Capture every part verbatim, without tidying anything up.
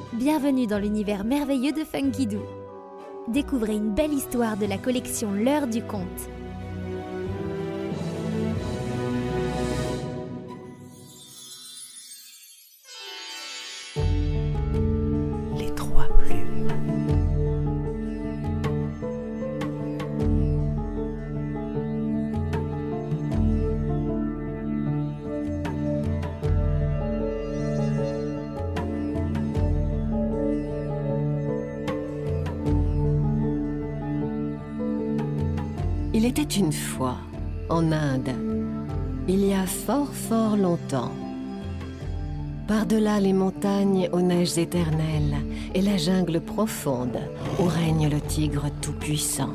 Bienvenue dans l'univers merveilleux de Funky Doo. Découvrez une belle histoire de la collection L'Heure du Conte. Les trois plumes. Il était une fois, en Inde, il y a fort fort longtemps. Par-delà les montagnes aux neiges éternelles et la jungle profonde où règne le tigre tout-puissant.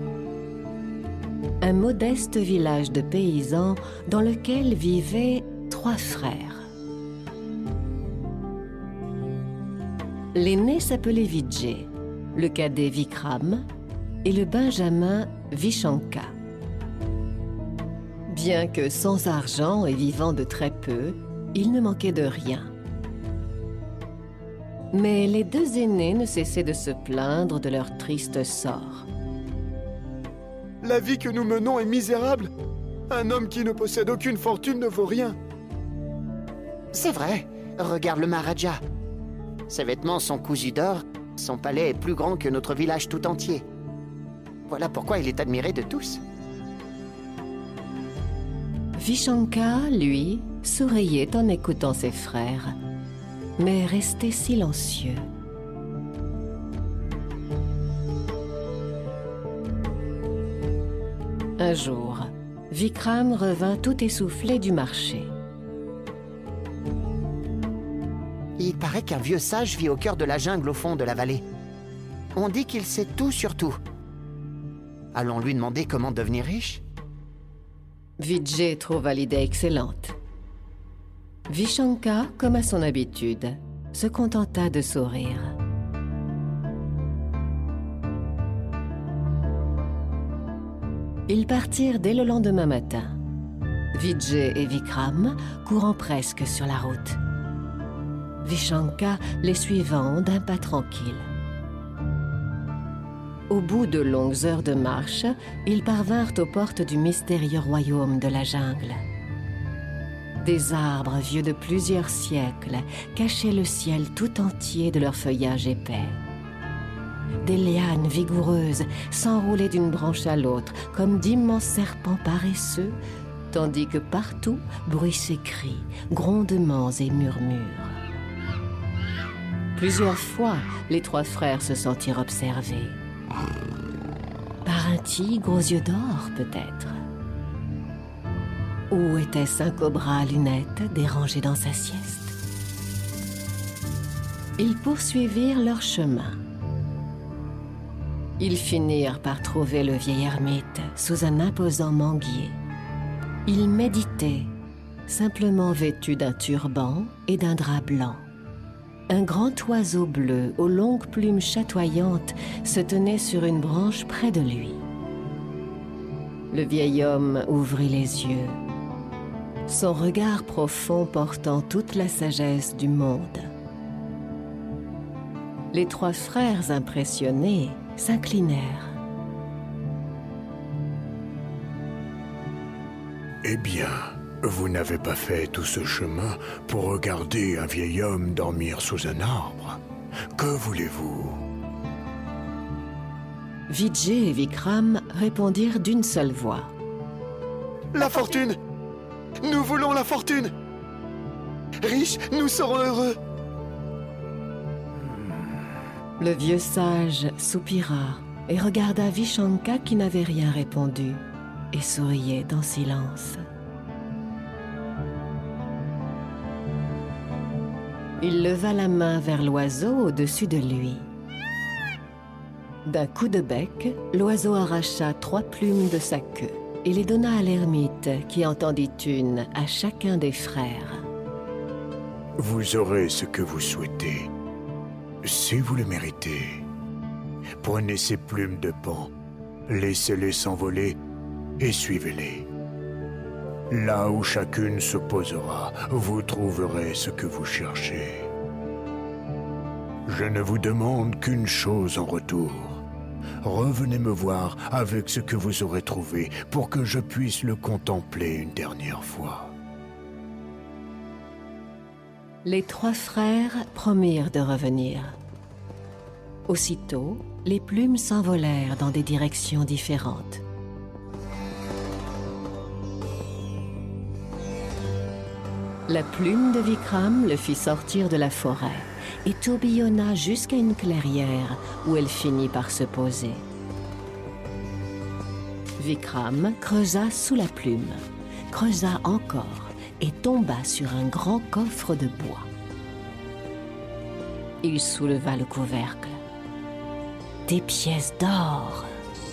Un modeste village de paysans dans lequel vivaient trois frères. L'aîné s'appelait Vijay, le cadet Vikram et le benjamin Vishanka. Bien que sans argent et vivant de très peu, il ne manquait de rien. Mais les deux aînés ne cessaient de se plaindre de leur triste sort. La vie que nous menons est misérable. Un homme qui ne possède aucune fortune ne vaut rien. C'est vrai, regarde le Maharaja. Ses vêtements sont cousus d'or, son palais est plus grand que notre village tout entier. Voilà pourquoi il est admiré de tous. Vishanka, lui, souriait en écoutant ses frères, mais restait silencieux. Un jour, Vikram revint tout essoufflé du marché. Il paraît qu'un vieux sage vit au cœur de la jungle au fond de la vallée. On dit qu'il sait tout sur tout. Allons lui demander comment devenir riche? Vijay trouva l'idée excellente. Vishanka, comme à son habitude, se contenta de sourire. Ils partirent dès le lendemain matin. Vijay et Vikram courant presque sur la route. Vishanka les suivant d'un pas tranquille. Au bout de longues heures de marche, ils parvinrent aux portes du mystérieux royaume de la jungle. Des arbres vieux de plusieurs siècles cachaient le ciel tout entier de leur feuillage épais. Des lianes vigoureuses s'enroulaient d'une branche à l'autre comme d'immenses serpents paresseux, tandis que partout bruissaient cris, grondements et murmures. Plusieurs fois, les trois frères se sentirent observés. Par un tigre aux yeux d'or, peut-être. Ou était-ce un cobra à lunettes dérangé dans sa sieste? Ils poursuivirent leur chemin. Ils finirent par trouver le vieil ermite sous un imposant manguier. Il méditait, simplement vêtu d'un turban et d'un drap blanc. Un grand oiseau bleu aux longues plumes chatoyantes se tenait sur une branche près de lui. Le vieil homme ouvrit les yeux, son regard profond portant toute la sagesse du monde. Les trois frères impressionnés s'inclinèrent. Eh bien, vous n'avez pas fait tout ce chemin pour regarder un vieil homme dormir sous un arbre. Que voulez-vous? Vijay et Vikram répondirent d'une seule voix. La fortune! Nous voulons la fortune! Riches, nous serons heureux! Le vieux sage soupira et regarda Vishanka qui n'avait rien répondu et souriait en silence. Il leva la main vers l'oiseau au-dessus de lui. D'un coup de bec, l'oiseau arracha trois plumes de sa queue et les donna à l'ermite qui en tendit une à chacun des frères. Vous aurez ce que vous souhaitez, si vous le méritez. Prenez ces plumes de pan, laissez-les s'envoler et suivez-les. Là où chacune se posera, vous trouverez ce que vous cherchez. Je ne vous demande qu'une chose en retour. Revenez me voir avec ce que vous aurez trouvé pour que je puisse le contempler une dernière fois. Les trois frères promirent de revenir. Aussitôt, les plumes s'envolèrent dans des directions différentes. La plume de Vikram le fit sortir de la forêt et tourbillonna jusqu'à une clairière où elle finit par se poser. Vikram creusa sous la plume, creusa encore et tomba sur un grand coffre de bois. Il souleva le couvercle. Des pièces d'or.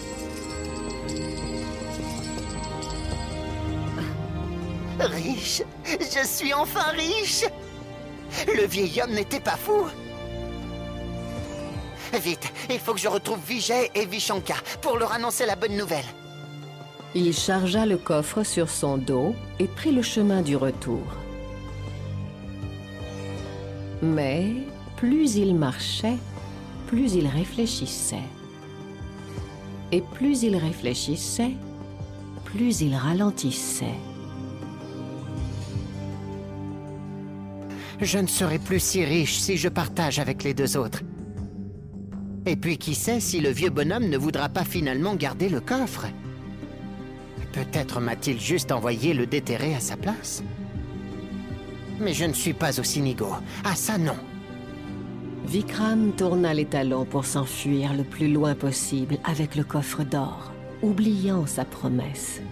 Riche! Je suis enfin riche! Le vieil homme n'était pas fou! Vite, il faut que je retrouve Vijay et Vishanka pour leur annoncer la bonne nouvelle. Il chargea le coffre sur son dos et prit le chemin du retour. Mais plus il marchait, plus il réfléchissait. Et plus il réfléchissait, plus il ralentissait. Je ne serai plus si riche si je partage avec les deux autres. Et puis qui sait si le vieux bonhomme ne voudra pas finalement garder le coffre? Peut-être m'a-t-il juste envoyé le déterrer à sa place. Mais je ne suis pas au Sinigo. Ah ça non. Vikram tourna les talons pour s'enfuir le plus loin possible avec le coffre d'or, oubliant sa promesse.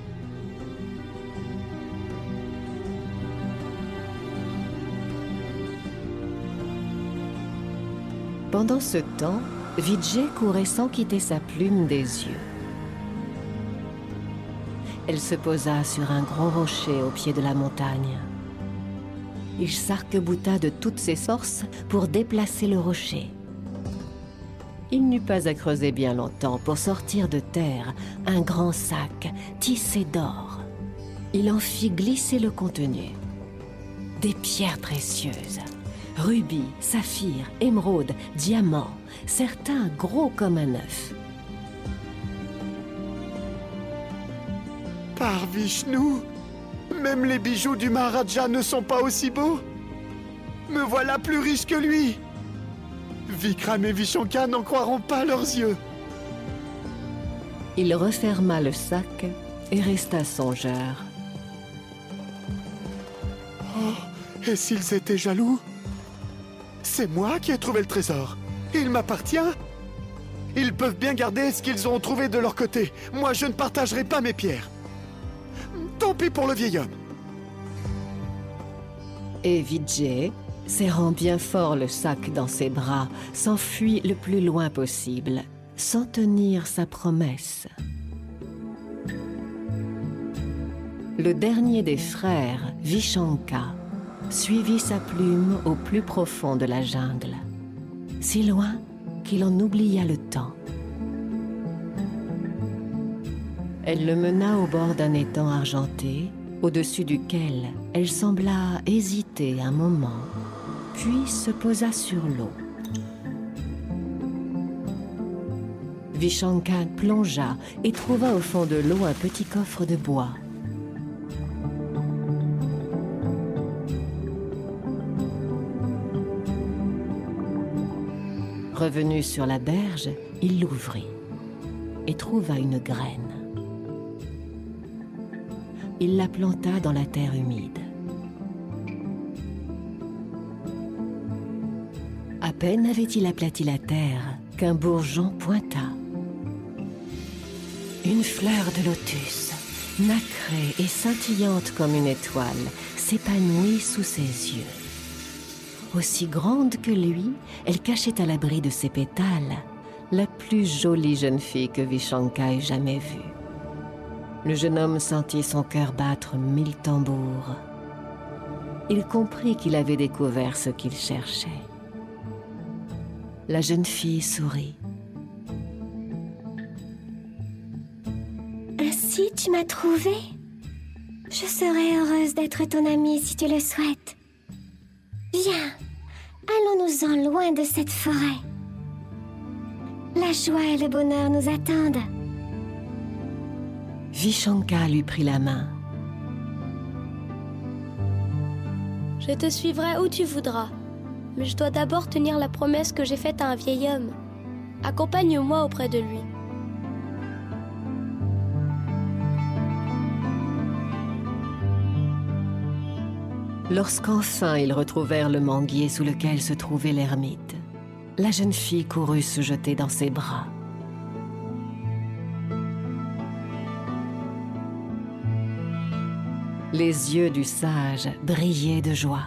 Pendant ce temps, Vijay courait sans quitter sa plume des yeux. Elle se posa sur un gros rocher au pied de la montagne. Il s'arc-bouta de toutes ses forces pour déplacer le rocher. Il n'eut pas à creuser bien longtemps pour sortir de terre un grand sac tissé d'or. Il en fit glisser le contenu. Des pierres précieuses. Rubis, saphirs, émeraudes, diamants, certains gros comme un œuf. Par Vishnu, même les bijoux du Maharaja ne sont pas aussi beaux. Me voilà plus riche que lui. Vikram et Vishanka n'en croiront pas leurs yeux. Il referma le sac et resta songeur. Oh, et s'ils étaient jaloux? C'est moi qui ai trouvé le trésor. Il m'appartient. Ils peuvent bien garder ce qu'ils ont trouvé de leur côté. Moi, je ne partagerai pas mes pierres. Tant pis pour le vieil homme. Et Vijay, serrant bien fort le sac dans ses bras, s'enfuit le plus loin possible, sans tenir sa promesse. Le dernier des frères, Vishanka, suivit sa plume au plus profond de la jungle, si loin qu'il en oublia le temps. Elle le mena au bord d'un étang argenté, au-dessus duquel elle sembla hésiter un moment, puis se posa sur l'eau. Vishanka plongea et trouva au fond de l'eau un petit coffre de bois. Revenu sur la berge, il l'ouvrit et trouva une graine. Il la planta dans la terre humide. À peine avait-il aplati la terre qu'un bourgeon pointa. Une fleur de lotus, nacrée et scintillante comme une étoile, s'épanouit sous ses yeux. Aussi grande que lui, elle cachait à l'abri de ses pétales la plus jolie jeune fille que Vishanka ait jamais vue. Le jeune homme sentit son cœur battre mille tambours. Il comprit qu'il avait découvert ce qu'il cherchait. La jeune fille sourit. Ainsi tu m'as trouvé? Je serais heureuse d'être ton amie si tu le souhaites. Viens, allons Emmenons-nous-en loin de cette forêt. La joie et le bonheur nous attendent. Vishanka lui prit la main. Je te suivrai où tu voudras, mais je dois d'abord tenir la promesse que j'ai faite à un vieil homme. Accompagne-moi auprès de lui. Lorsqu'enfin ils retrouvèrent le manguier sous lequel se trouvait l'ermite, la jeune fille courut se jeter dans ses bras. Les yeux du sage brillaient de joie.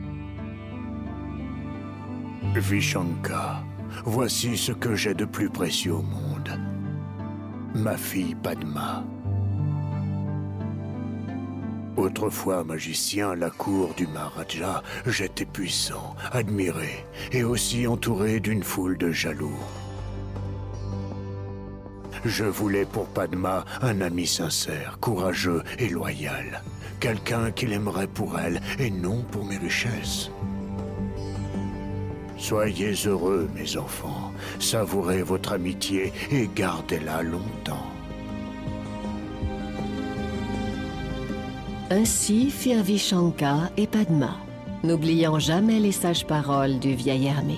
Vishanka, voici ce que j'ai de plus précieux au monde. Ma fille Padma. Autrefois magicien à la cour du Maharaja, j'étais puissant, admiré et aussi entouré d'une foule de jaloux. Je voulais pour Padma un ami sincère, courageux et loyal. Quelqu'un qui l'aimerait pour elle et non pour mes richesses. Soyez heureux, mes enfants. Savourez votre amitié et gardez-la longtemps. Ainsi firent Vishanka et Padma, n'oubliant jamais les sages paroles du vieil ermite.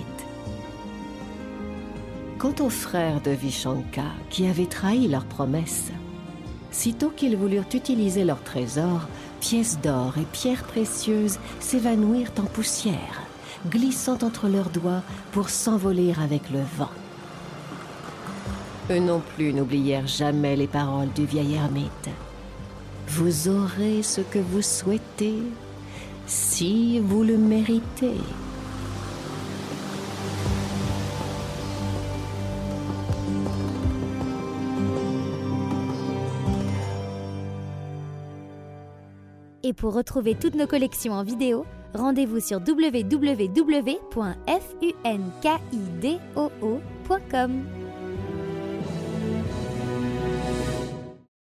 Quant aux frères de Vishanka, qui avaient trahi leur promesse, sitôt qu'ils voulurent utiliser leur trésor, pièces d'or et pierres précieuses s'évanouirent en poussière, glissant entre leurs doigts pour s'envoler avec le vent. Eux non plus n'oublièrent jamais les paroles du vieil ermite. Vous aurez ce que vous souhaitez, si vous le méritez. Et pour retrouver toutes nos collections en vidéo, rendez-vous sur w w w point funkidoo point com.